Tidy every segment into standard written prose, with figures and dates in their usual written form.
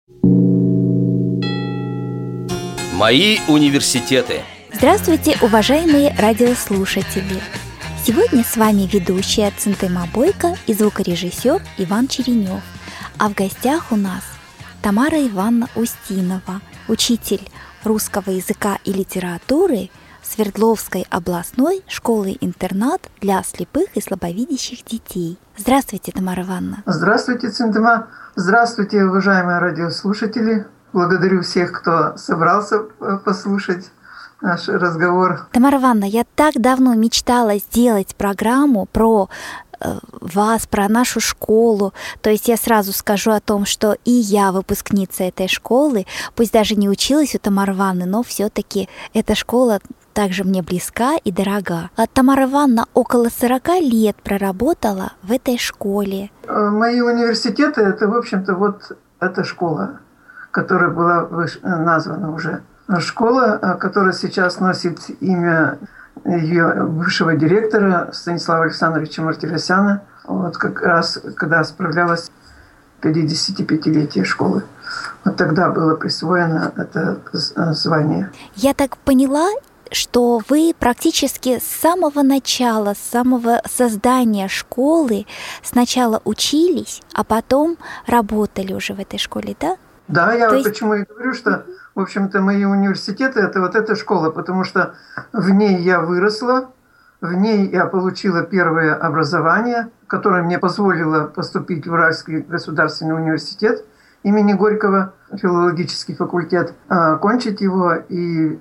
Мои университеты. Здравствуйте, уважаемые радиослушатели! Сегодня с вами ведущая Центыма Бойко и звукорежиссер Иван Черенев. А в гостях у нас Тамара Ивановна Устинова, учитель русского языка и литературы Свердловской областной школы-интернат для слепых и слабовидящих детей. Здравствуйте, Тамара Ивановна. Здравствуйте, Центыма. Здравствуйте, уважаемые радиослушатели. Благодарю всех, кто собрался послушать наш разговор. Тамара Ивановна, я так давно мечтала сделать программу про вас, про нашу школу. То есть я сразу скажу о том, что и я выпускница этой школы, пусть даже не училась у Тамары Ивановны, но все-таки эта школа также мне близка и дорога. А Тамара Ивановна около 40 лет проработала в этой школе. Мои университеты — это, в общем-то, вот эта школа, которая была названа уже. Школа, которая сейчас носит имя ее бывшего директора Станислава Александровича Мартиросяна, вот как раз когда справлялась 55-летие школы. Вот тогда было присвоено это звание. Я так поняла, что вы практически с самого начала, с самого создания школы сначала учились, а потом работали уже в этой школе, да? Да, я вот почему и говорю, что, в общем-то, мои университеты — это вот эта школа, потому что в ней я выросла, в ней я получила первое образование, которое мне позволило поступить в Уральский государственный университет имени Горького, филологический факультет, окончить его. И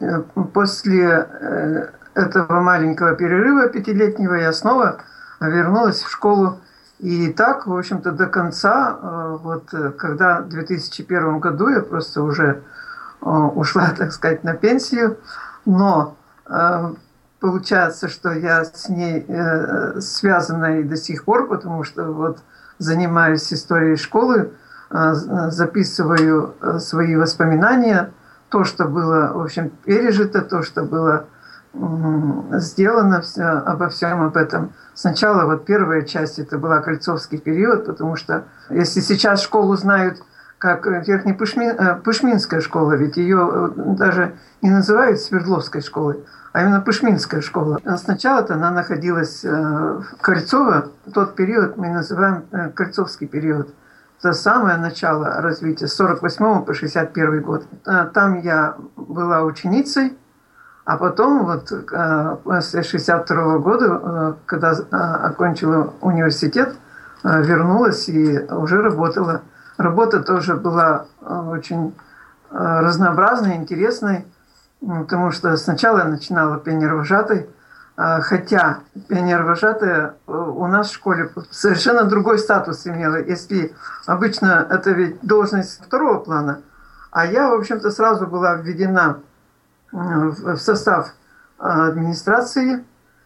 после этого маленького перерыва 5-летнего я снова вернулась в школу. И так, в общем-то, до конца, вот когда в 2001 году я просто уже ушла, так сказать, на пенсию, но получается, что я с ней связана и до сих пор, потому что вот занимаюсь историей школы, записываю свои воспоминания, то, что было, в общем, пережито, то, что было сделано, обо всем об этом. Сначала вот первая часть — это была Кольцовский период, потому что если сейчас школу знают как Верхнепышминская школа, ведь ее даже не называют Свердловской школой, а именно Пышминская школа. Сначала-то она находилась в Кольцово, тот период мы называем Кольцовский период. Это самое начало развития, с 48 по 61 год. Там я была ученицей, а потом, вот после 62 года, когда окончила университет, вернулась и уже работала. Работа тоже была очень разнообразной, интересной, потому что сначала я начинала пионервожатой, хотя пионервожатая у нас в школе совершенно другой статус имела. Если обычно это ведь должность второго плана, а я, в общем-то, сразу была введена в состав администрации,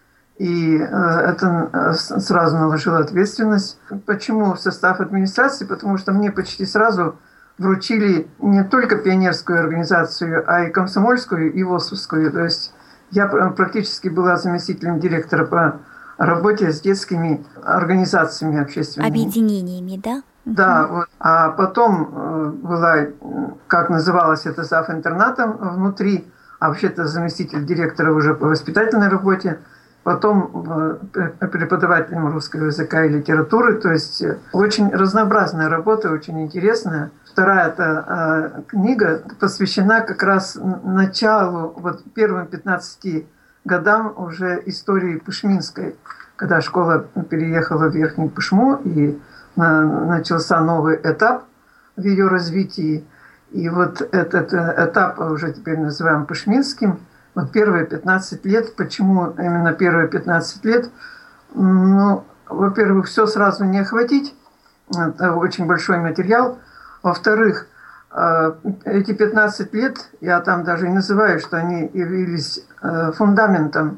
и это сразу наложило ответственность. Почему в состав администрации? Потому что мне почти сразу вручили не только пионерскую организацию, а и комсомольскую, и ВОСовскую. То есть я практически была заместителем директора по работе с детскими организациями общественными. Объединениями, да? Да, вот. А потом была, как называлось это, зав. Интернатом внутри, а вообще-то заместитель директора уже по воспитательной работе, потом преподавателем русского языка и литературы. То есть очень разнообразная работа, очень интересная. Вторая эта книга посвящена как раз началу, вот первым 15 годам уже истории Пышминской, когда школа переехала в Верхнюю Пышму, и начался новый этап в ее развитии. И вот этот этап уже теперь называем Пышминским. Вот первые 15 лет. Почему именно первые 15 лет? Ну, во-первых, все сразу не охватить. Это очень большой материал. Во-вторых, эти 15 лет, я там даже и называю, что они явились фундаментом.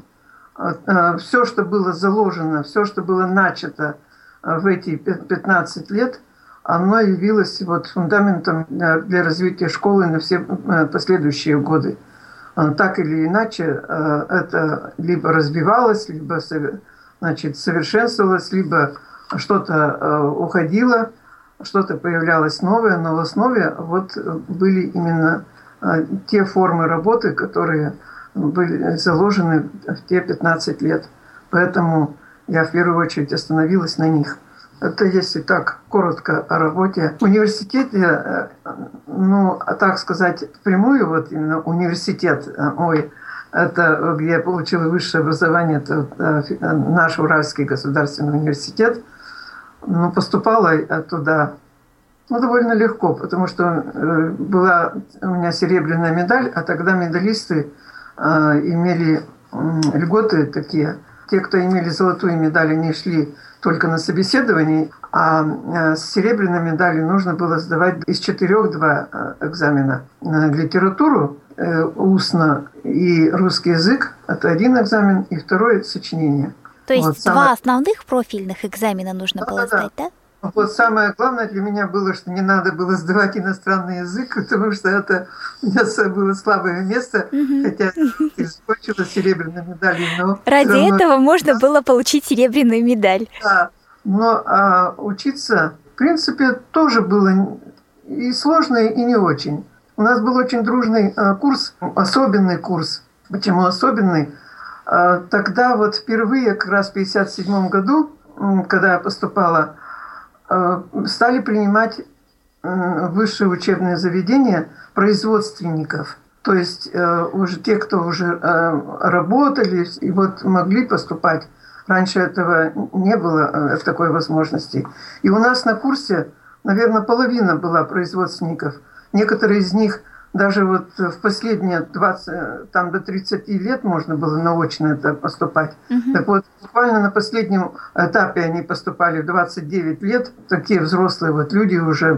Все, что было заложено, все, что было начато в эти 15 лет, оно явилось вот фундаментом для развития школы на все последующие годы. Так или иначе, это либо развивалось, либо, значит, совершенствовалось, либо что-то уходило. что-то появлялось новое, но в основе вот были именно те формы работы, которые были заложены в те 15 лет. Поэтому я в первую очередь остановилась на них. Это если так коротко о работе. В университете, так сказать, впрямую, вот именно университет мой, это где я получила высшее образование, это наш Уральский государственный университет. Поступала туда довольно легко, потому что была у меня серебряная медаль, а тогда медалисты имели льготы такие. Те, кто имели золотую медаль, они шли только на собеседование, а с серебряной медалью нужно было сдавать из 4 2 экзамена. Литературу устно и русский язык – это один экзамен, и второй – сочинение. То есть два основных профильных экзамена нужно было сдать, да? Вот самое главное для меня было, что не надо было сдавать иностранный язык, потому что это у меня было слабое место, хотя я закончила серебряной медалью. Но ради этого можно было получить серебряную медаль. Да, но учиться, в принципе, тоже было и сложно, и не очень. У нас был очень дружный курс, особенный курс. Почему особенный? Тогда вот впервые, как раз в 1957 году, когда я поступала, стали принимать в высшие учебные заведения производственников. То есть уже те, кто уже работали и вот могли поступать. Раньше этого не было такой возможности. И у нас на курсе, наверное, половина была производственников. Некоторые из них даже вот в последние 20, там до 30 лет можно было наочно это поступать. Так вот, буквально на последнем этапе они поступали в 29 лет. Такие взрослые вот люди уже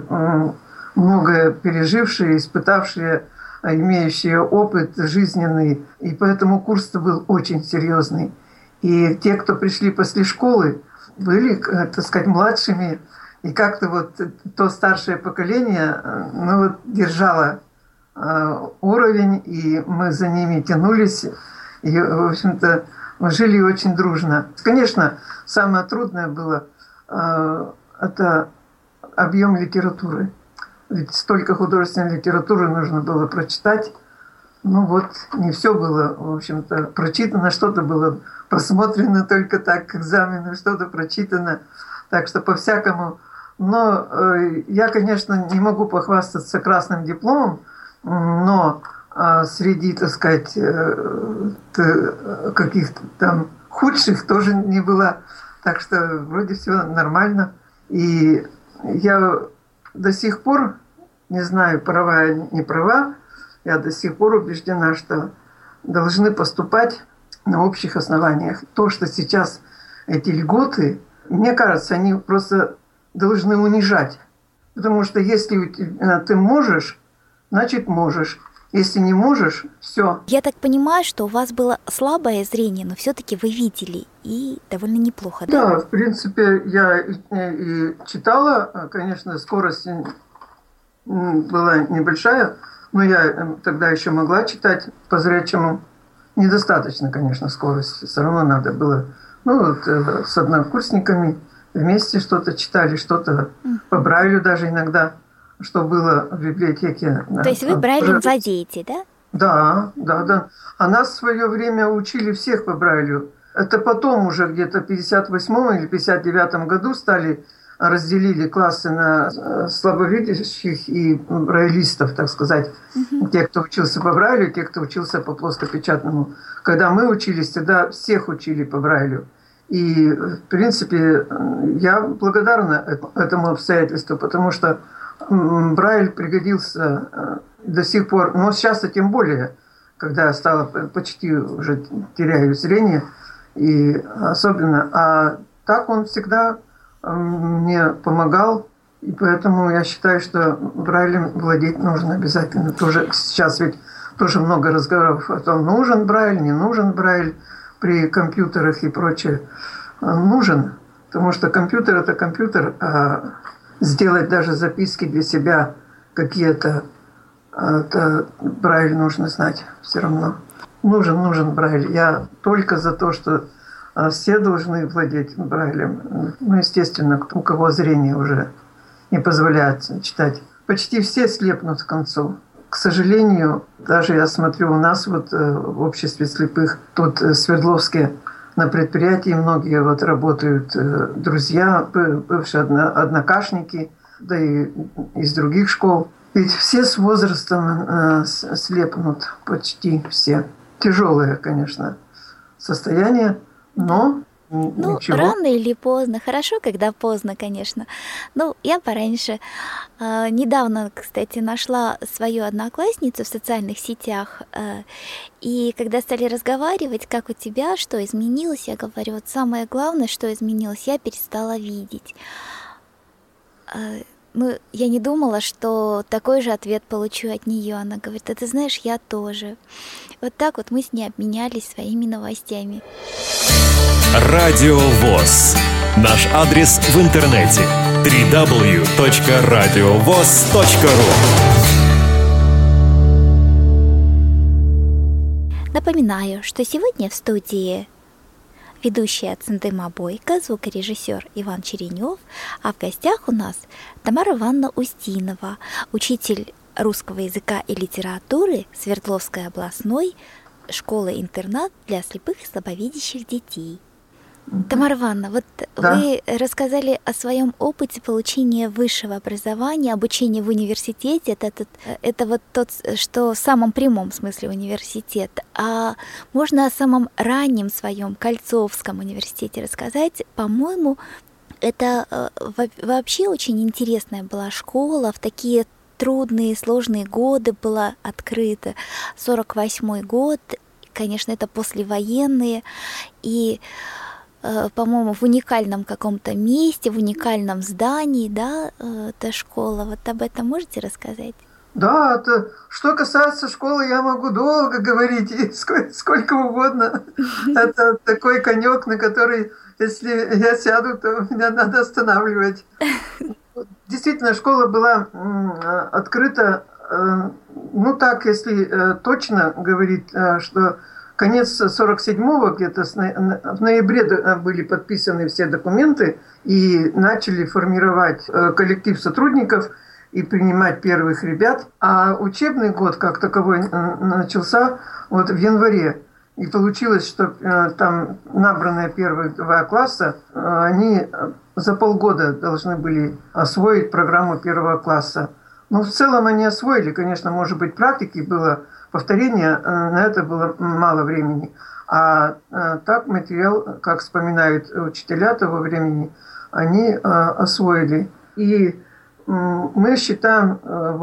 многое пережившие, испытавшие, имеющие опыт жизненный. И поэтому курс-то был очень серьезный. И те, кто пришли после школы, были, так сказать, младшими. И как-то вот то старшее поколение держало уровень, и мы за ними тянулись, и, в общем-то, мы жили очень дружно. Конечно, самое трудное было это объем литературы. Ведь столько художественной литературы нужно было прочитать. Не все было, в общем-то, прочитано, что-то было посмотрено только так к экзамену, что-то прочитано. Так что по-всякому. Но я, конечно, не могу похвастаться красным дипломом, но среди, так сказать, каких-то там худших тоже не было. Так что вроде все нормально. И я до сих пор, не знаю, права или не права, я до сих пор убеждена, что должны поступать на общих основаниях. То, что сейчас эти льготы, мне кажется, они просто должны унижать. Потому что если ты можешь, значит можешь. Если не можешь, все. Я так понимаю, что у вас было слабое зрение, но все-таки вы видели и довольно неплохо, да? Да, в принципе, я и читала, конечно, скорость была небольшая, но я тогда еще могла читать по зрячему. Недостаточно, конечно, скорости. Все равно надо было, с однокурсниками вместе что-то читали, что-то по Брайлю даже иногда, что было в библиотеке. То есть вы Брайлем владеете, да? Да. А нас в свое время учили всех по Брайлю. Это потом уже где-то в 58 или 59 году разделили классы на слабовидящих и брайлистов, так сказать. Те, кто учился по Брайлю, те, кто учился по плоскопечатному. Когда мы учились, тогда всех учили по Брайлю. И, в принципе, я благодарна этому обстоятельству, потому что Брайль пригодился до сих пор, но сейчас-то тем более, когда я стала почти уже теряю зрение, и особенно, а так он всегда мне помогал, и поэтому я считаю, что Брайлем владеть нужно обязательно. Тоже сейчас ведь тоже много разговоров о том, нужен Брайль, не нужен Брайль при компьютерах и прочее. Нужен, потому что компьютер – это компьютер, а сделать даже записки для себя какие-то, это Брайль нужно знать все равно. Нужен Брайль. Я только за то, что все должны владеть Брайлем. Естественно, у кого зрение уже не позволяет читать. Почти все слепнут к концу. К сожалению, даже я смотрю, у нас вот в обществе слепых, тут в Свердловске на предприятии многие вот работают друзья, бывшие однокашники, да и из других школ. Ведь все с возрастом слепнут, почти все. Тяжелое, конечно, состояние, но ничего. Рано или поздно. Хорошо, когда поздно, конечно. Я пораньше. Недавно, кстати, нашла свою одноклассницу в социальных сетях. И когда стали разговаривать, как у тебя, что изменилось, я говорю, вот самое главное, что изменилось, я перестала видеть. Я не думала, что такой же ответ получу от нее. Она говорит, ты знаешь, я тоже. Вот так вот мы с ней обменялись своими новостями. Радио ВОС. Наш адрес в интернете www.radiovoz.ru. Напоминаю, что сегодня в студии ведущая Центыма Бойко, звукорежиссер Иван Черенев, а в гостях у нас Тамара Ивановна Устинова, учитель русского языка и литературы Свердловской областной школы-интернат для слепых и слабовидящих детей. Тамара Ивановна, Да. Вы рассказали о своем опыте получения высшего образования, обучения в университете. Это вот тот, что в самом прямом смысле университет. А можно о самом раннем своем Кольцовском университете рассказать? По-моему, это вообще очень интересная была школа. В такие трудные, сложные годы была открыта. 48-й год, конечно, это послевоенные. И по-моему, в уникальном каком-то месте, в уникальном здании, да, эта школа. Вот об этом можете рассказать? Да, что касается школы, я могу долго говорить, и сколько угодно. Это такой конек, на который, если я сяду, то меня надо останавливать. Действительно, школа была открыта, если точно говорить, что конец 47-го, где-то в ноябре были подписаны все документы и начали формировать коллектив сотрудников и принимать первых ребят. А учебный год как таковой начался вот в январе. И получилось, что там набранные первые 2 класса, они за полгода должны были освоить программу 1 класса. В целом они освоили, конечно, может быть, практики было, повторения, на это было мало времени. А так материал, как вспоминают учителя того времени, они освоили. И мы считаем,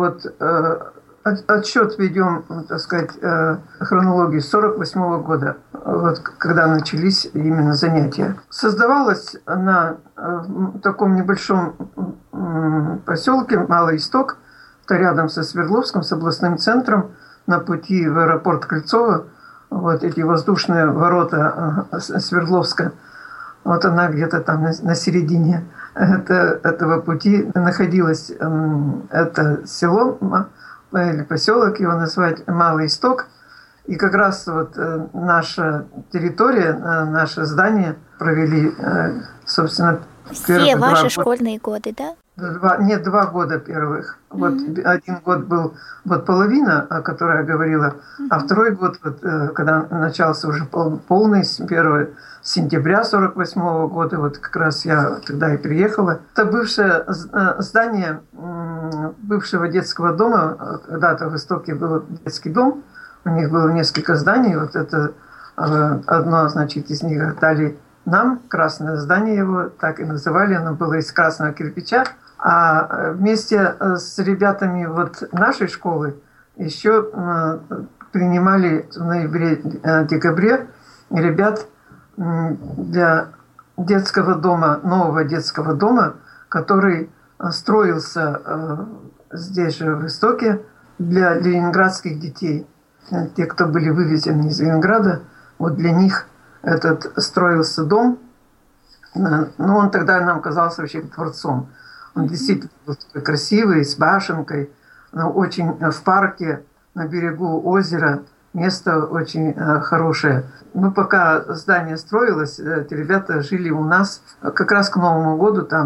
отсчет ведем, так сказать, хронологию с 48-го года, когда начались именно занятия. Создавалась она в таком небольшом поселке Малый Исток, это рядом со Свердловском, с областным центром, на пути в аэропорт Кольцово, эти воздушные ворота Свердловска, она где-то там на середине этого пути находилось это село, или поселок его назвать, Малый Исток. И как раз наша территория, наше здание провели, собственно, все ваши школьные годы, да? 2 года первых. Один год был половина, о которой я говорила, а второй год, когда начался уже полный, с 1 сентября 48-го года, как раз я тогда и приехала. Это бывшее здание бывшего детского дома, когда-то в Истоке был детский дом, у них было несколько зданий, это одно, из них отдали нам, красное здание его, так и называли, оно было из красного кирпича. А вместе с ребятами нашей школы еще принимали в ноябре-декабре ребят для детского дома, нового детского дома, который строился здесь же в Истоке для ленинградских детей. Те, кто были вывезены из Ленинграда, для них этот строился дом. Он тогда нам казался вообще дворцом. Он действительно был красивый, с башенкой, очень в парке, на берегу озера. Место очень хорошее. Пока здание строилось, эти ребята жили у нас. Как раз к Новому году там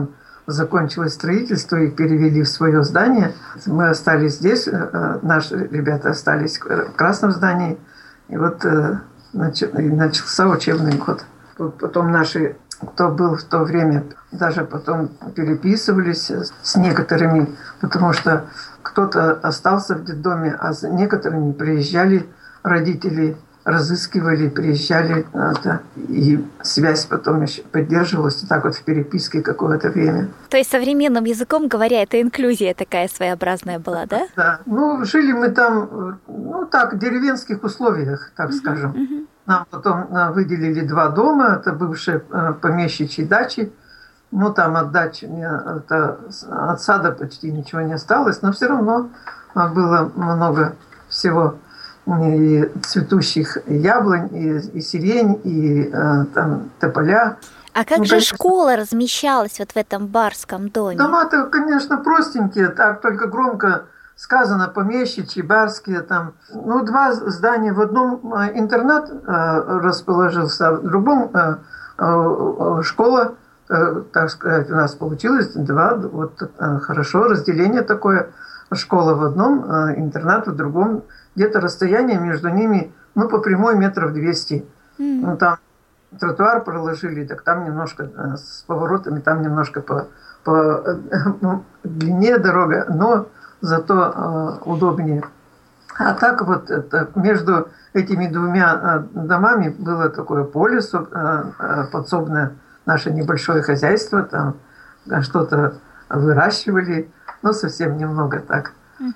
закончилось строительство, их перевели в свое здание. Мы остались здесь, наши ребята остались в красном здании. И вот начался учебный год. Потом наши, кто был в то время, даже потом переписывались с некоторыми, потому что кто-то остался в детдоме, а с некоторыми приезжали родители, разыскивали, приезжали, и связь потом еще поддерживалась, так вот в переписке какое-то время. То есть современным языком говоря, это инклюзия такая своеобразная была, да? Да. Ну, жили мы там, так, в деревенских условиях, так скажем. Нам потом выделили 2 дома, это бывшие помещичьи дачи. Ну, там от дачи, от сада почти ничего не осталось, но все равно было много всего. И цветущих яблонь, и сирень, и там тополя. А как же школа размещалась вот в этом барском доме? Дома-то, конечно, простенькие, так только громко сказано, помещичьи, барские там. 2 здания, в одном интернат расположился, а в другом школа, так сказать, у нас получилось 2, вот хорошо, разделение такое. Школа в одном, интернат в другом. Где-то расстояние между ними, по прямой 200 метров. Там тротуар проложили, так там немножко с поворотами, там немножко по длиннее дорога, но зато удобнее. А так вот между этими 2 домами было такое поле подсобное, наше небольшое хозяйство, там что-то выращивали, но совсем немного так.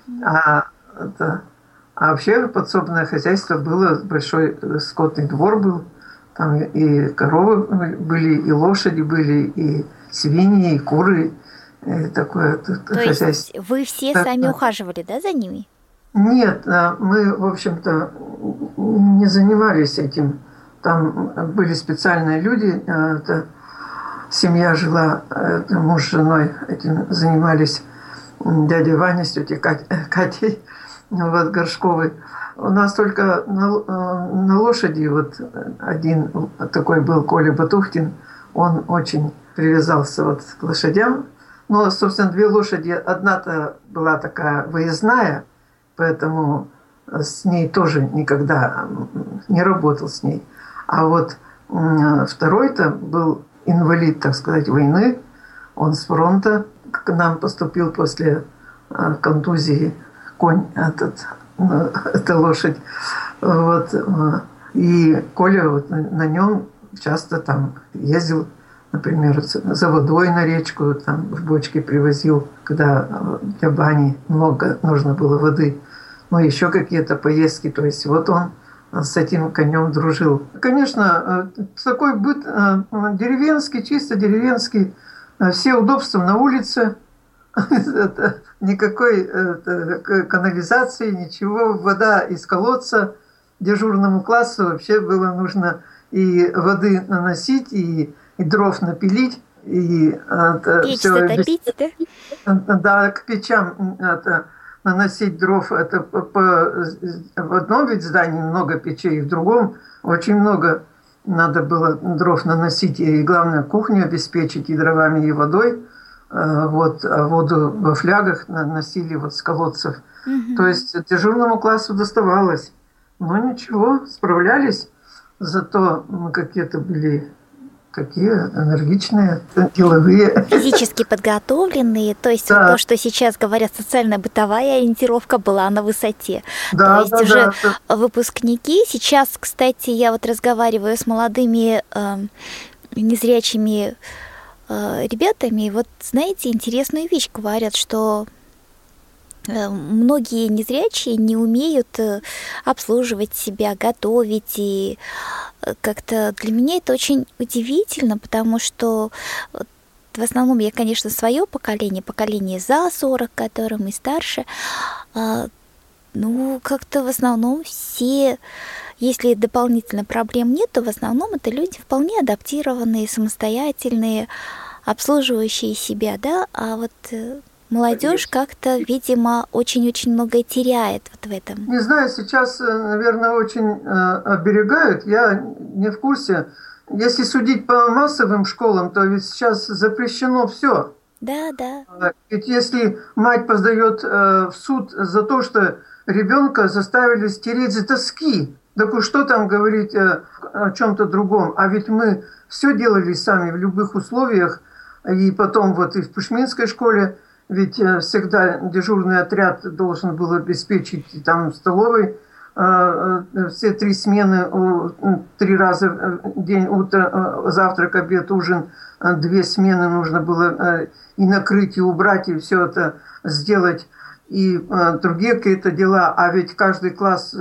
А вообще подсобное хозяйство было, большой скотный двор был, там и коровы были, и лошади были, и свиньи, и куры, и такое хозяйство. То есть вы все сами ухаживали, да, за ними? Нет, мы, в общем-то, не занимались этим. Там были специальные люди, семья жила, муж с женой этим занимались, дядя Ваня с тетей Катей, Горшковой. У нас только на лошади вот один такой был, Коля Батухтин, он очень привязался к лошадям. Но, собственно, 2 лошади, одна-то была такая выездная, поэтому с ней тоже никогда не работал с ней. А вот второй-то был инвалид, так сказать, войны. Он с фронта к нам поступил после контузии. Конь эта лошадь. И Коля на нем часто там ездил, например, за водой на речку, там в бочке привозил, когда для бани много нужно было воды. Еще какие-то поездки. То есть вот он с этим конем дружил. Конечно, такой быт деревенский, чисто деревенский. Все удобства на улице. Никакой канализации, ничего. Вода из колодца. Дежурному классу вообще было нужно и воды наносить, и дров напилить. И печь-то топить, да? Да, к печам наносить дров. Это в одном ведь здании много печей, в другом очень много надо было дров наносить. И главное, кухню обеспечить и дровами, и водой. А воду во флягах носили с колодцев. Угу. То есть дежурному классу доставалось. Но ничего, справлялись. Зато мы какие-то были такие энергичные, деловые. Физически подготовленные. То есть да. То, что сейчас говорят, социально-бытовая ориентировка была на высоте. Да, то есть уже выпускники. Сейчас, кстати, я разговариваю с молодыми незрячими ребятами. Знаете, интересную вещь говорят, что многие незрячие не умеют обслуживать себя, готовить. И как-то для меня это очень удивительно, потому что в основном я, конечно, свое поколение за 40, которым и старше, как-то в основном все, если дополнительно проблем нет, то в основном это люди вполне адаптированные, самостоятельные, обслуживающие себя, да, а молодежь как-то, видимо, очень-очень многое теряет в этом. Не знаю, сейчас, наверное, очень оберегают. Я не в курсе. Если судить по массовым школам, то ведь сейчас запрещено все. Да. Ведь если мать подает в суд за то, что ребенка заставили стереть с доски, так уж что там говорить о чем-то другом? А ведь мы все делали сами в любых условиях. И потом вот и в Пышминской школе, ведь всегда дежурный отряд должен был обеспечить там в столовой все 3 смены, 3 раза в день, утро, завтрак, обед, ужин, 2 смены нужно было и накрыть, и убрать, и все это сделать, и другие какие-то дела. А ведь каждый класс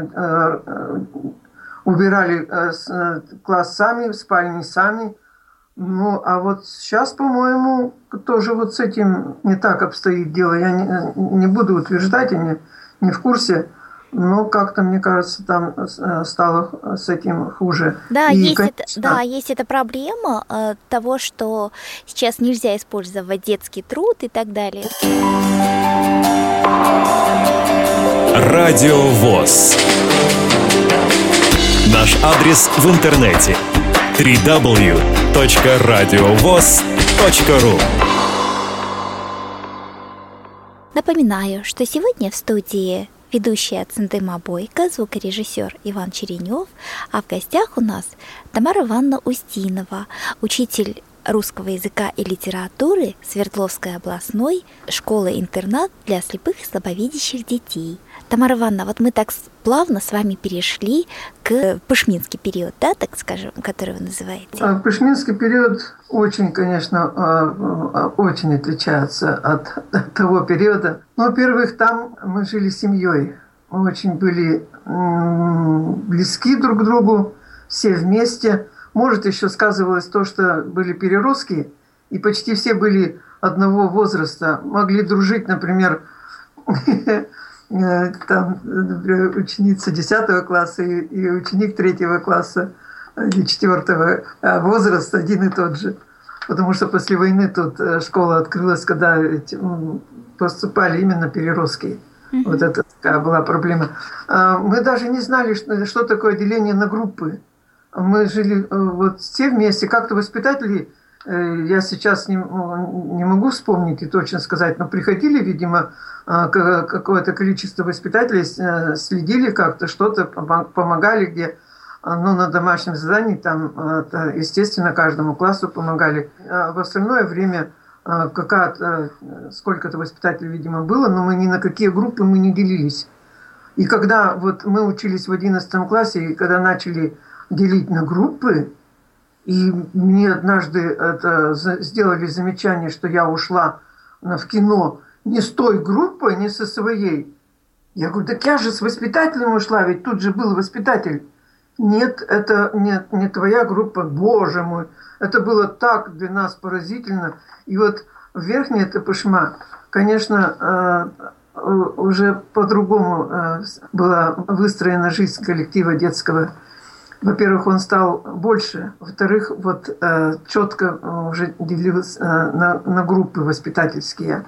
убирали класс сами, спальни сами. Ну, а вот сейчас, по-моему, тоже вот с этим не так обстоит дело. Я не буду утверждать, я не в курсе, но как-то, мне кажется, там стало с этим хуже. Да, и, есть эта проблема того, что сейчас нельзя использовать детский труд и так далее. Радио ВОС. Наш адрес в интернете www.radiovoz.ru. Напоминаю, что сегодня в студии ведущая Центыма Бойко, звукорежиссер Иван Черенев, а в гостях у нас Тамара Ивановна Устинова, учитель русского языка и литературы Свердловской областной школы-интернат для слепых и слабовидящих детей. Тамара Ивановна, вот мы так плавно с вами перешли к пышминский период, да, так скажем, который вы называете. Пышминский период очень, конечно, очень отличается от того периода. Ну, во-первых, там мы жили семьей, мы очень были близки друг к другу, все вместе. Может, еще сказывалось то, что были переростки, и почти все были одного возраста, могли дружить, например, там, например, ученица 10 класса и ученик 3 класса или 4 возраста один и тот же. Потому что после войны тут школа открылась, когда поступали именно переростки. Вот это такая была проблема. Мы даже не знали, что такое деление на группы. Мы жили вот все вместе, как-то воспитатели, я сейчас не могу вспомнить и точно сказать, но приходили, видимо, какое-то количество воспитателей, следили как-то, что-то помогали, где, ну, на домашнем задании, там, естественно, каждому классу помогали. А в остальное время сколько-то воспитателей, видимо, было, но мы ни на какие группы мы не делились. И когда вот мы учились в 11 классе, и когда начали делить на группы, и мне однажды это сделали замечание, что я ушла в кино не с той группой, не со своей. Я говорю, так я же с воспитателем ушла, ведь тут же был воспитатель. Нет, это не твоя группа, боже мой. Это было так для нас поразительно. И вот верхняя Пышма, конечно, уже по-другому была выстроена жизнь коллектива детского. Во-первых, он стал больше. Во-вторых, вот четко уже делился на группы воспитательские.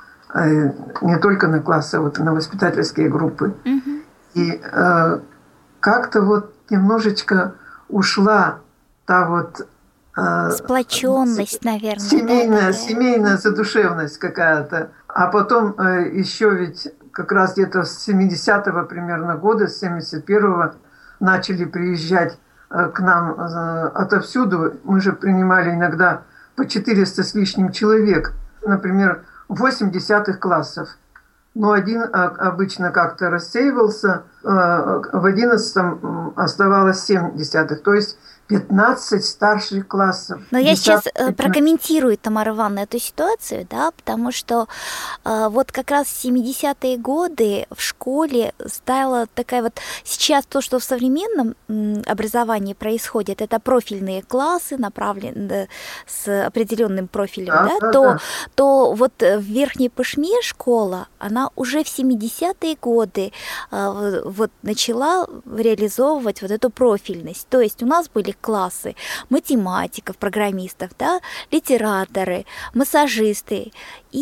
Не только на классы, а вот на воспитательские группы. И как-то вот немножечко ушла та вот... сплоченность, наверное. Семейная задушевность какая-то. А потом еще ведь как раз где-то с 70-го примерно года, с 71-го, начали приезжать к нам отовсюду. Мы же принимали иногда по 400 с лишним человек. Например, 8 10 классов. Но один обычно как-то рассеивался. В 11-м оставалось 7 десятых. То есть 15 старших классов. Но я сейчас прокомментирую, Тамара Ивановна, эту ситуацию, да, потому что вот как раз в 70-е годы в школе стала такая вот... Сейчас то, что в современном образовании происходит, это профильные классы, направленные с определенным профилем, то вот в Верхней Пышме школа, она уже в 70-е годы вот начала реализовывать вот эту профильность. То есть у нас были классы математиков, программистов, да, литераторы, массажисты. И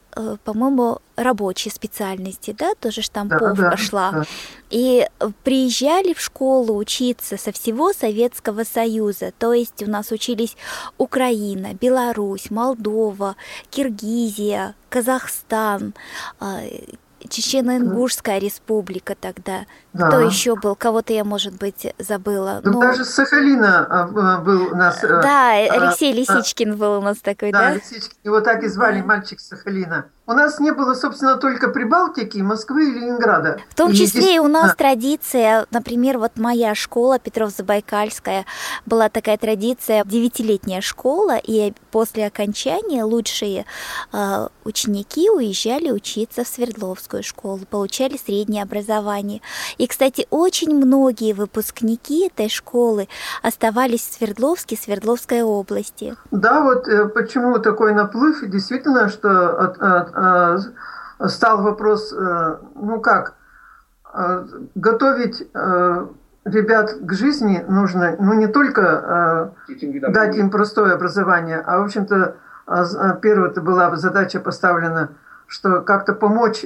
по-моему, рабочей специальности, да, тоже штамповка Да, шла. да. И приезжали в школу учиться со всего Советского Союза. То есть у нас учились Украина, Беларусь, Молдова, Киргизия, Казахстан, Чечено-Ингушская республика тогда. Да. Кто еще был? Кого-то я, может быть, забыла. Да, даже с Сахалина был у нас... Да, Алексей Лисичкин был у нас такой, да? Да, Лисичкин. Его так и звали, мальчик с Сахалина. У нас не было, собственно, только Прибалтики, Москвы и Ленинграда. В том числе и у нас да. традиция, например, вот моя школа, Петров-Забайкальская, была такая традиция, 9-летняя школа, и после окончания лучшие ученики уезжали учиться в Свердловскую школу, получали среднее образование. И, кстати, очень многие выпускники этой школы оставались в Свердловске, Свердловской области. Да, вот почему такой наплыв, действительно, что стал вопрос, готовить ребят к жизни нужно, не только дать им простое образование, а, в общем-то, первая-то была задача поставлена, что как-то помочь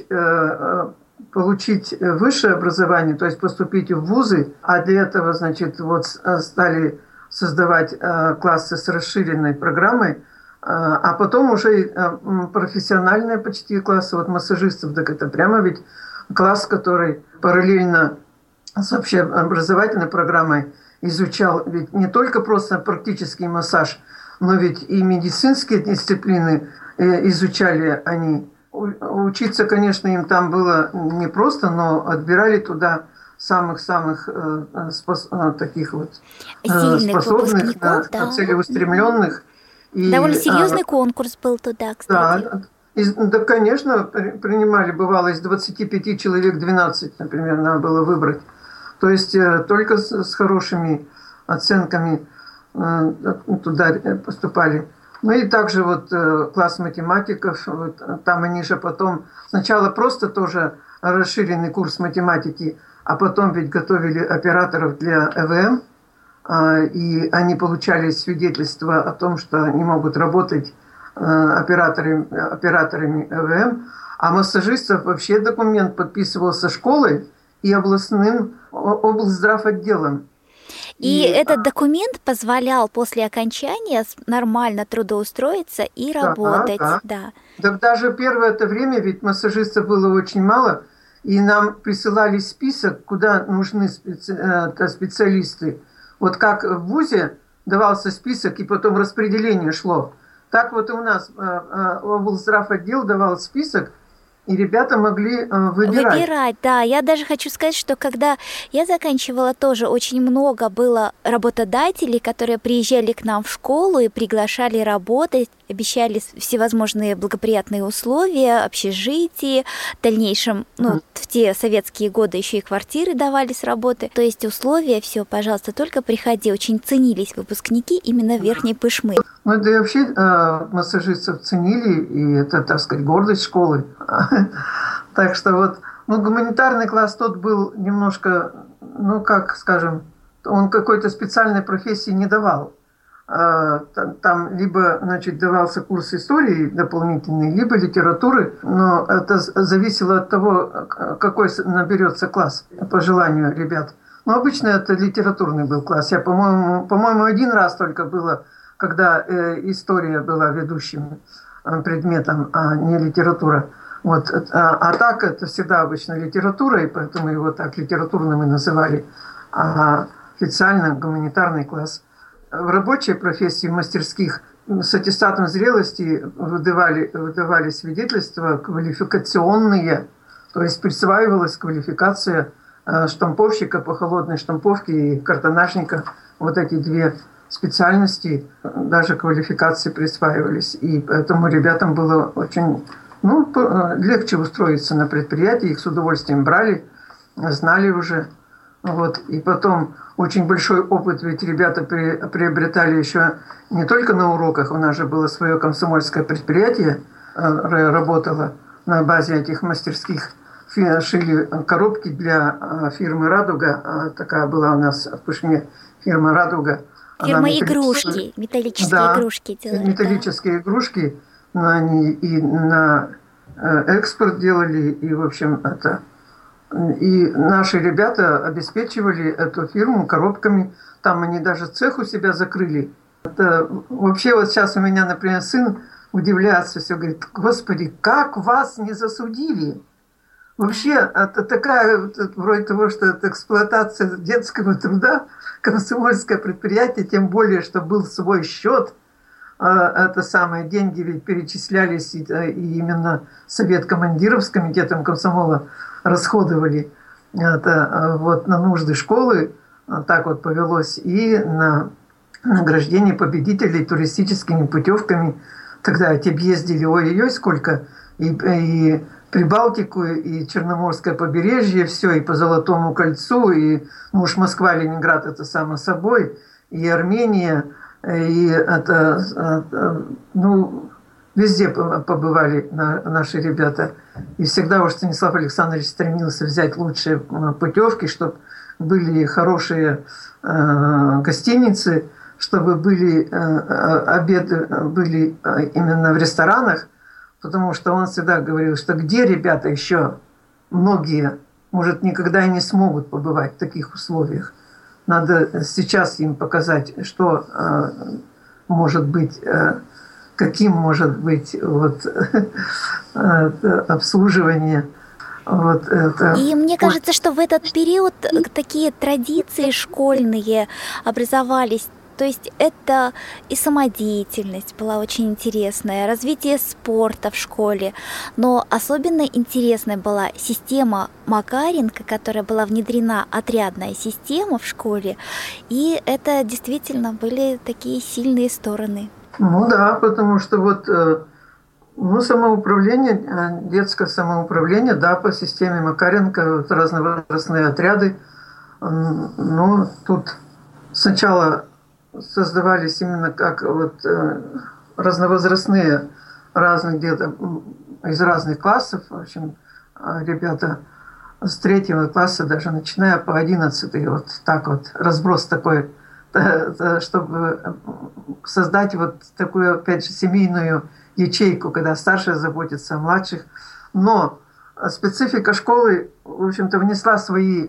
получить высшее образование, то есть поступить в вузы, а для этого, значит, вот стали создавать классы с расширенной программой, а потом уже профессиональные почти классы, вот массажистов, так это прямо ведь класс, который параллельно с общеобразовательной программой изучал ведь не только просто практический массаж, но ведь и медицинские дисциплины изучали они. Учиться, конечно, им там было непросто, но отбирали туда самых-самых таких вот способных, целеустремленных. И, довольно серьезный конкурс был туда, кстати. Да, конечно, принимали, бывало, из 25 человек 12, например, надо было выбрать. То есть только с хорошими оценками туда поступали. Ну и также вот класс математиков, вот, там они же потом сначала просто тоже расширенный курс математики, а потом ведь готовили операторов для ЭВМ, и они получали свидетельство о том, что они могут работать операторами ЭВМ, а массажистов вообще документ подписывался школой и областным облздравотделом. И этот документ позволял после окончания нормально трудоустроиться и работать. Да. Так даже первое это время, ведь массажистов было очень мало, и нам присылали список, куда нужны специалисты. Вот как в ВУЗе давался список, и потом распределение шло. Так вот и у нас облздравотдел давал список, и ребята могли выбирать. Да. Я даже хочу сказать, что когда я заканчивала, тоже очень много было работодателей, которые приезжали к нам в школу и приглашали работать, обещали всевозможные благоприятные условия, общежитие, в дальнейшем, в те советские годы еще и квартиры давали с работы. То есть условия, все, пожалуйста, только приходи. Очень ценились выпускники именно Верхней Пышмы. Ну, да и вообще массажистов ценили, и это, так сказать, гордость школы. Так что вот, гуманитарный класс тот был немножко, он какой-то специальной профессии не давал. Там либо, давался курс истории дополнительный, либо литературы, но это зависело от того, какой наберется класс, по желанию ребят. Но обычно это литературный был класс. Я, по-моему, один раз только было, когда история была ведущим предметом, а не литература. Вот. А так это всегда обычно литература, и поэтому его так литературным и называли. А официально гуманитарный класс. В рабочей профессии, в мастерских, с аттестатом зрелости выдавали свидетельства квалификационные, то есть присваивалась квалификация штамповщика по холодной штамповке и картонажника. Вот эти две специальности, даже квалификации присваивались. И поэтому ребятам было очень легче устроиться на предприятии, их с удовольствием брали, знали уже. Вот. И потом очень большой опыт, ведь ребята приобретали еще не только на уроках, у нас же было свое комсомольское предприятие, работало на базе этих мастерских, шили коробки для фирмы «Радуга», такая была у нас в Пышме фирма «Радуга». Фирма игрушки, металлические игрушки делали. Металлические игрушки, они и на экспорт делали, и, в общем, это... И наши ребята обеспечивали эту фирму коробками. Там они даже цех у себя закрыли. Это, вообще, вот сейчас у меня, например, сын удивляется, все говорит: «Господи, как вас не засудили?» Вообще, это такая, вроде того, что это эксплуатация детского труда, комсомольское предприятие, тем более, что был свой счет. Это самые деньги ведь перечислялись, и именно Совет командиров с комитетом комсомола расходовали это вот на нужды школы. Так вот повелось, и на награждение победителей туристическими путевками. Тогда эти ездили, ой-ой-ой, сколько, и Прибалтику, и Черноморское побережье, все, и по Золотому кольцу, и, ну уж Москва, Ленинград, это само собой, и Армения, и это, ну, везде побывали наши ребята. И всегда уж Станислав Александрович стремился взять лучшие путевки, чтобы были хорошие гостиницы, чтобы были обеды были именно в ресторанах, потому что он всегда говорил, что где ребята еще, многие, может, никогда и не смогут побывать в таких условиях. Надо сейчас им показать, что может быть, каким может быть вот, обслуживание. Вот это. И мне кажется, что в этот период такие традиции школьные образовались. То есть это и самодеятельность была очень интересная, развитие спорта в школе. Но особенно интересной была система Макаренко, которая была внедрена, отрядная система в школе. И это действительно были такие сильные стороны. Ну да, потому что вот ну, самоуправление, детское самоуправление, да, по системе Макаренко, вот разновозрастные отряды. Ну, тут сначала создавались именно как вот разновозрастные, разных где-то из разных классов, в общем, ребята с 3 класса даже начиная по 11, вот так вот, разброс такой, чтобы создать вот такую, опять же, семейную ячейку, когда старшие заботятся о младших. Но специфика школы, в общем-то, внесла свои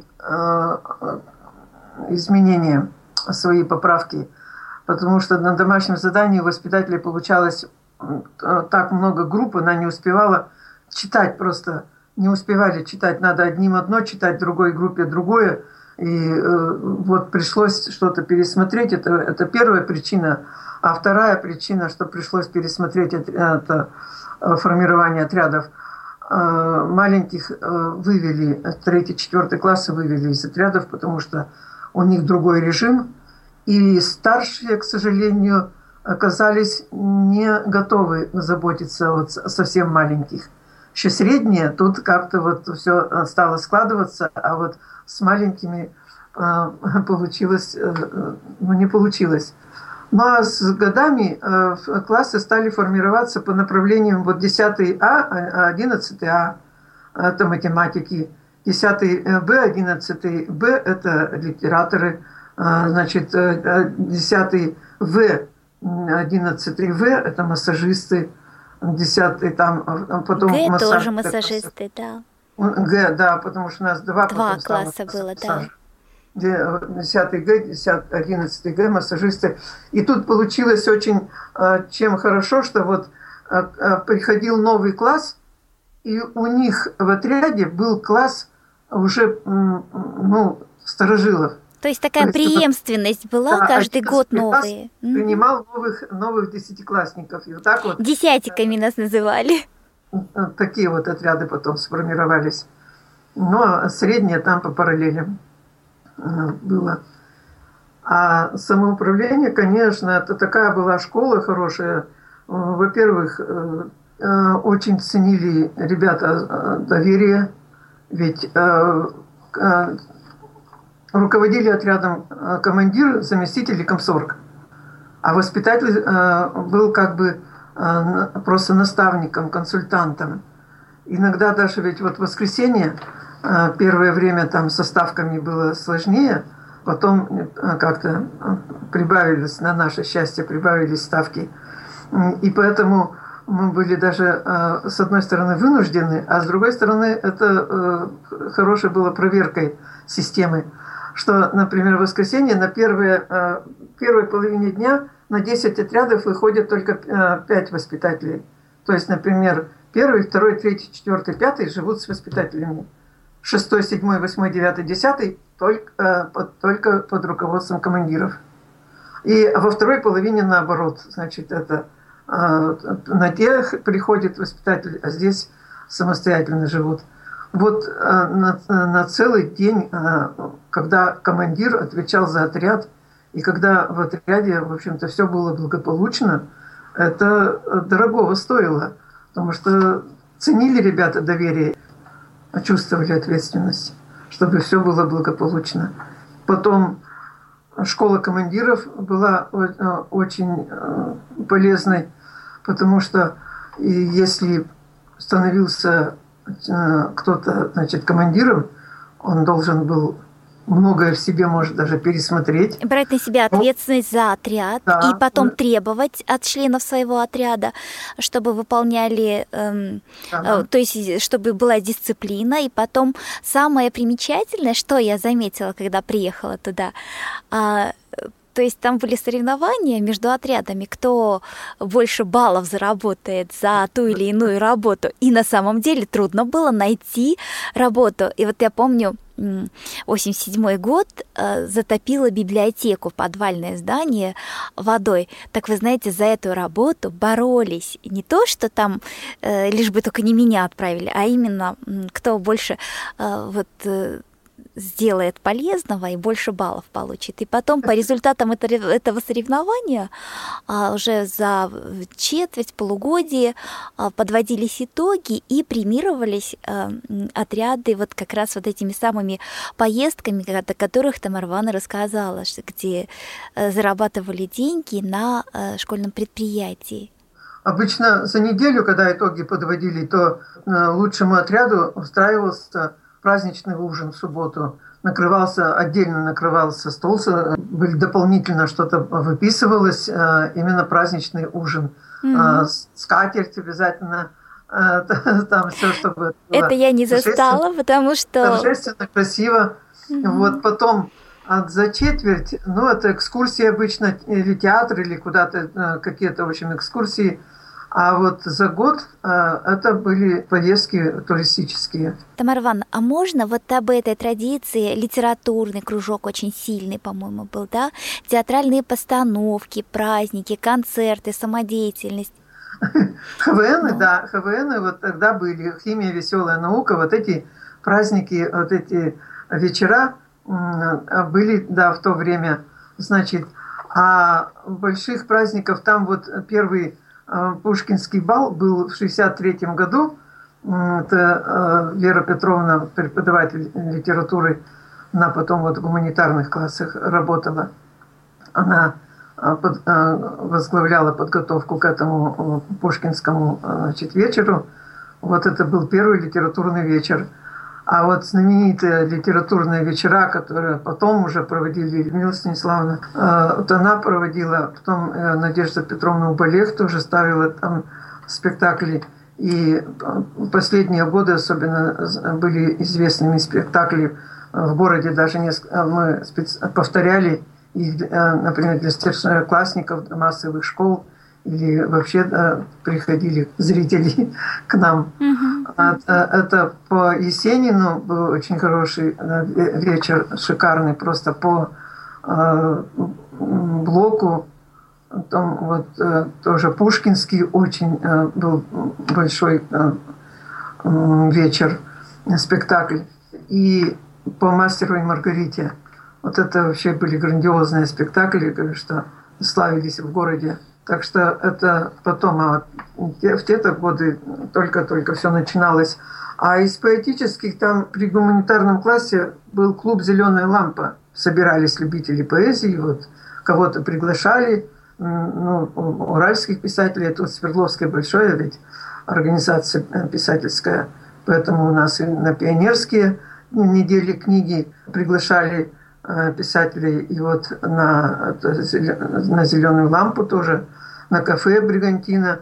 изменения, свои поправки, потому что на домашнем задании у воспитателей получалось так много групп, она не успевала читать, просто не успевали читать, надо одним одно читать, другой группе другое, и вот пришлось что-то пересмотреть, это первая причина, а вторая причина, что пришлось пересмотреть это формирование отрядов. Маленьких вывели, 3-4 классы вывели из отрядов, потому что у них другой режим, и старшие, к сожалению, оказались не готовы заботиться вот о совсем маленьких. Еще средние, тут как-то вот все стало складываться, а вот с маленькими получилось, ну не получилось. Ну а с годами классы стали формироваться по направлениям вот 10 А, 11 А, это математики, 10 Б, 11 Б, это литераторы, значит, 10 В, 11 В, это массажисты, 10 там, потом Г массаж, тоже массажисты, да. Г, да, потому что у нас два класса было, да. 10 Г, 11 Г, массажисты. И тут получилось очень, чем хорошо, что вот приходил новый класс, и у них в отряде был класс уже, ну, старожилов. То есть такая преемственность была, да, каждый год новые. Принимал новых десятиклассников. И вот так вот. Десятиками нас называли. Такие вот отряды потом сформировались. Ну, а средние там по параллелям было. А самоуправление, конечно, это такая была школа хорошая. Во-первых, очень ценили ребята доверие, ведь руководили отрядом командир, заместитель и комсорг. А воспитатель был как бы просто наставником, консультантом. Иногда даже ведь вот в воскресенье первое время там со ставками было сложнее, потом как-то прибавились, на наше счастье, прибавились ставки. И поэтому мы были даже, с одной стороны, вынуждены, а с другой стороны, это хорошей было проверкой системы. Что, например, в воскресенье на первой половине дня на 10 отрядов выходят только 5 воспитателей. То есть, например, 1, 2, 3, 4, 5 живут с воспитателями. 6, 7, 8, 9, 10 только под руководством командиров. И во второй половине наоборот. Значит, это на тех приходит воспитатель, а здесь самостоятельно живут. Вот на целый день, когда командир отвечал за отряд, и когда в отряде, в общем-то, все было благополучно, это дорогого стоило, потому что ценили ребята доверие, чувствовали ответственность, чтобы все было благополучно. Потом школа командиров была очень полезной, потому что если становился кто-то, значит, командиром, он должен был многое в себе, может, даже пересмотреть. Брать на себя ответственность за отряд, да, и потом требовать от членов своего отряда, чтобы выполняли, то есть чтобы была дисциплина. И потом самое примечательное, что я заметила, когда приехала туда, то есть там были соревнования между отрядами, кто больше баллов заработает за ту или иную работу. И на самом деле трудно было найти работу. И вот я помню, 1987 год затопило библиотеку, подвальное здание водой. Так вы знаете, за эту работу боролись. Не то, что там лишь бы только не меня отправили, а именно кто больше сделает полезного и больше баллов получит. И потом по результатам этого соревнования уже за четверть, полугодие подводились итоги и премировались отряды вот как раз вот этими самыми поездками, о которых Тамара Ивановна рассказала, где зарабатывали деньги на школьном предприятии. Обычно за неделю, когда итоги подводили, то лучшему отряду устраивался праздничный ужин в субботу. Отдельно накрывался стол, дополнительно что-то выписывалось, именно праздничный ужин. Скатерть обязательно, там все, чтобы... Это я не застала, потому что... Торжественно, красиво. Вот потом за четверть, это экскурсии обычно, или театр, или куда-то, какие-то, в общем, экскурсии. А вот за год это были поездки туристические. Тамара Ивановна, а можно вот об этой традиции, литературный кружок очень сильный, по-моему, был, да? Театральные постановки, праздники, концерты, самодеятельность. ХВН, да, ХВН вот тогда были, химия, веселая наука, вот эти праздники, вот эти вечера были, да, в то время, значит, а больших праздников там вот первый Пушкинский бал был в 1963 году. Это Вера Петровна, преподаватель литературы, она потом вот в гуманитарных классах работала. Она возглавляла подготовку к этому пушкинскому, значит, вечеру. Вот это был первый литературный вечер. А вот знаменитые литературные вечера, которые потом уже проводили Людмила Станиславовна, вот она проводила, потом Надежда Петровна Убалех тоже ставила там спектакли. И последние годы особенно были известными спектакли в городе, даже мы повторяли их, например, для старшеклассников массовых школ, или вообще приходили зрители к нам. Это по Есенину был очень хороший вечер, шикарный, просто по Блоку. Там вот тоже Пушкинский очень был большой вечер, спектакль. И по «Мастеру и Маргарите». Вот это вообще были грандиозные спектакли, что славились в городе. Так что это потом, в те-то годы только-только все начиналось. А из поэтических там при гуманитарном классе был клуб «Зеленая лампа». Собирались любители поэзии, вот кого-то приглашали, уральских писателей, тут Свердловская большая ведь организация писательская, поэтому у нас и на пионерские недели книги приглашали писателей, и вот на «Зеленую лампу» тоже, на кафе «Бригантина»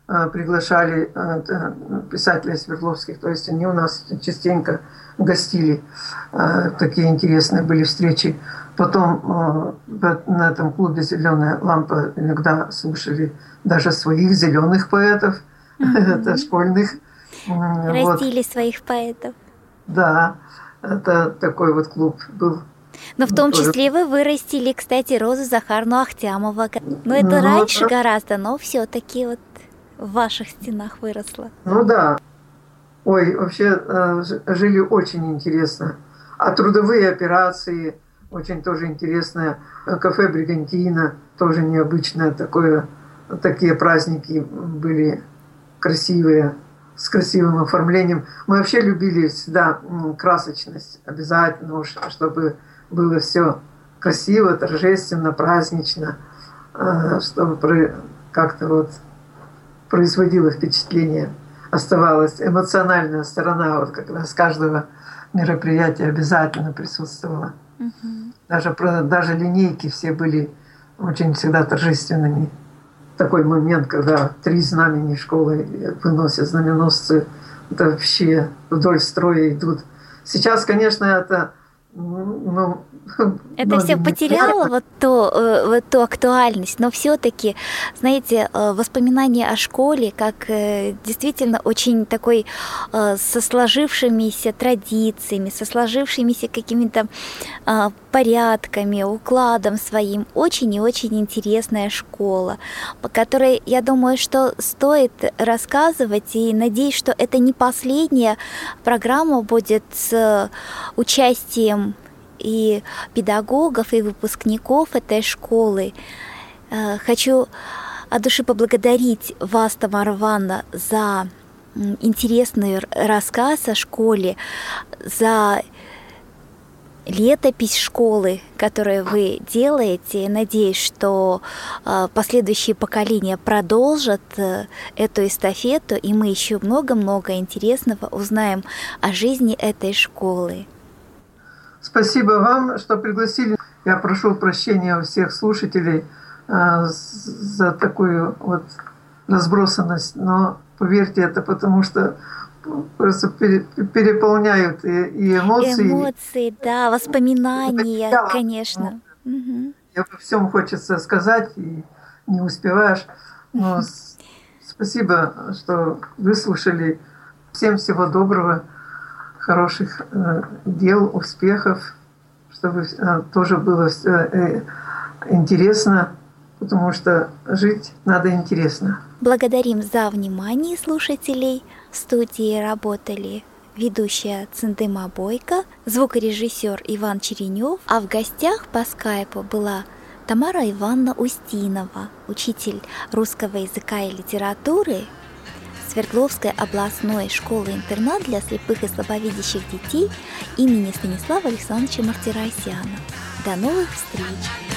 приглашали писателей свердловских, то есть они у нас частенько гостили. Такие интересные были встречи. Потом на этом клубе «Зеленая лампа» иногда слушали даже своих зеленых поэтов, это школьных. Растили своих поэтов. Да, это такой вот клуб был. Но в том числе вы вырастили, кстати, Розу Захарну Ахтямова. Ну, это раньше гораздо, но все-таки вот в ваших стенах выросла. Ну да. Ой, вообще жили очень интересно. А трудовые операции очень тоже интересное. Кафе «Бригантина» тоже необычное такое. Такие праздники были красивые, с красивым оформлением. Мы вообще любили всегда красочность. Обязательно уж, чтобы было все красиво, торжественно, празднично, чтобы как-то вот производило впечатление. Оставалась эмоциональная сторона вот как раз каждого мероприятия обязательно присутствовала. Даже линейки все были очень всегда торжественными. Такой момент, когда 3 знамени школы выносят знаменосцы, это вообще вдоль строя идут. Сейчас, конечно, это это все потеряло вот ту актуальность, но все-таки, знаете, воспоминания о школе как действительно очень такой со сложившимися традициями, со сложившимися какими-то порядками, укладом своим, очень и очень интересная школа, по которой, я думаю, что стоит рассказывать, и надеюсь, что это не последняя программа будет с участием и педагогов, и выпускников этой школы. Хочу от души поблагодарить вас, Тамара Ивановна, за интересный рассказ о школе, за летопись школы, которую вы делаете. Надеюсь, что последующие поколения продолжат эту эстафету, и мы еще много-много интересного узнаем о жизни этой школы. Спасибо вам, что пригласили. Я прошу прощения у всех слушателей за такую вот разбросанность, но поверьте, это потому что просто переполняют и эмоции. Эмоции, да, воспоминания, конечно. И обо всем хочется сказать, и не успеваешь. Но спасибо, что выслушали. Всем всего доброго, хороших дел, успехов, чтобы тоже было интересно, потому что жить надо интересно. Благодарим за внимание слушателей. В студии работали ведущая Центыма Бойко, звукорежиссер Иван Черенев, а в гостях по скайпу была Тамара Ивановна Устинова, учитель русского языка и литературы Свердловской областной школы-интернат для слепых и слабовидящих детей имени Станислава Александровича Мартиросяна. До новых встреч!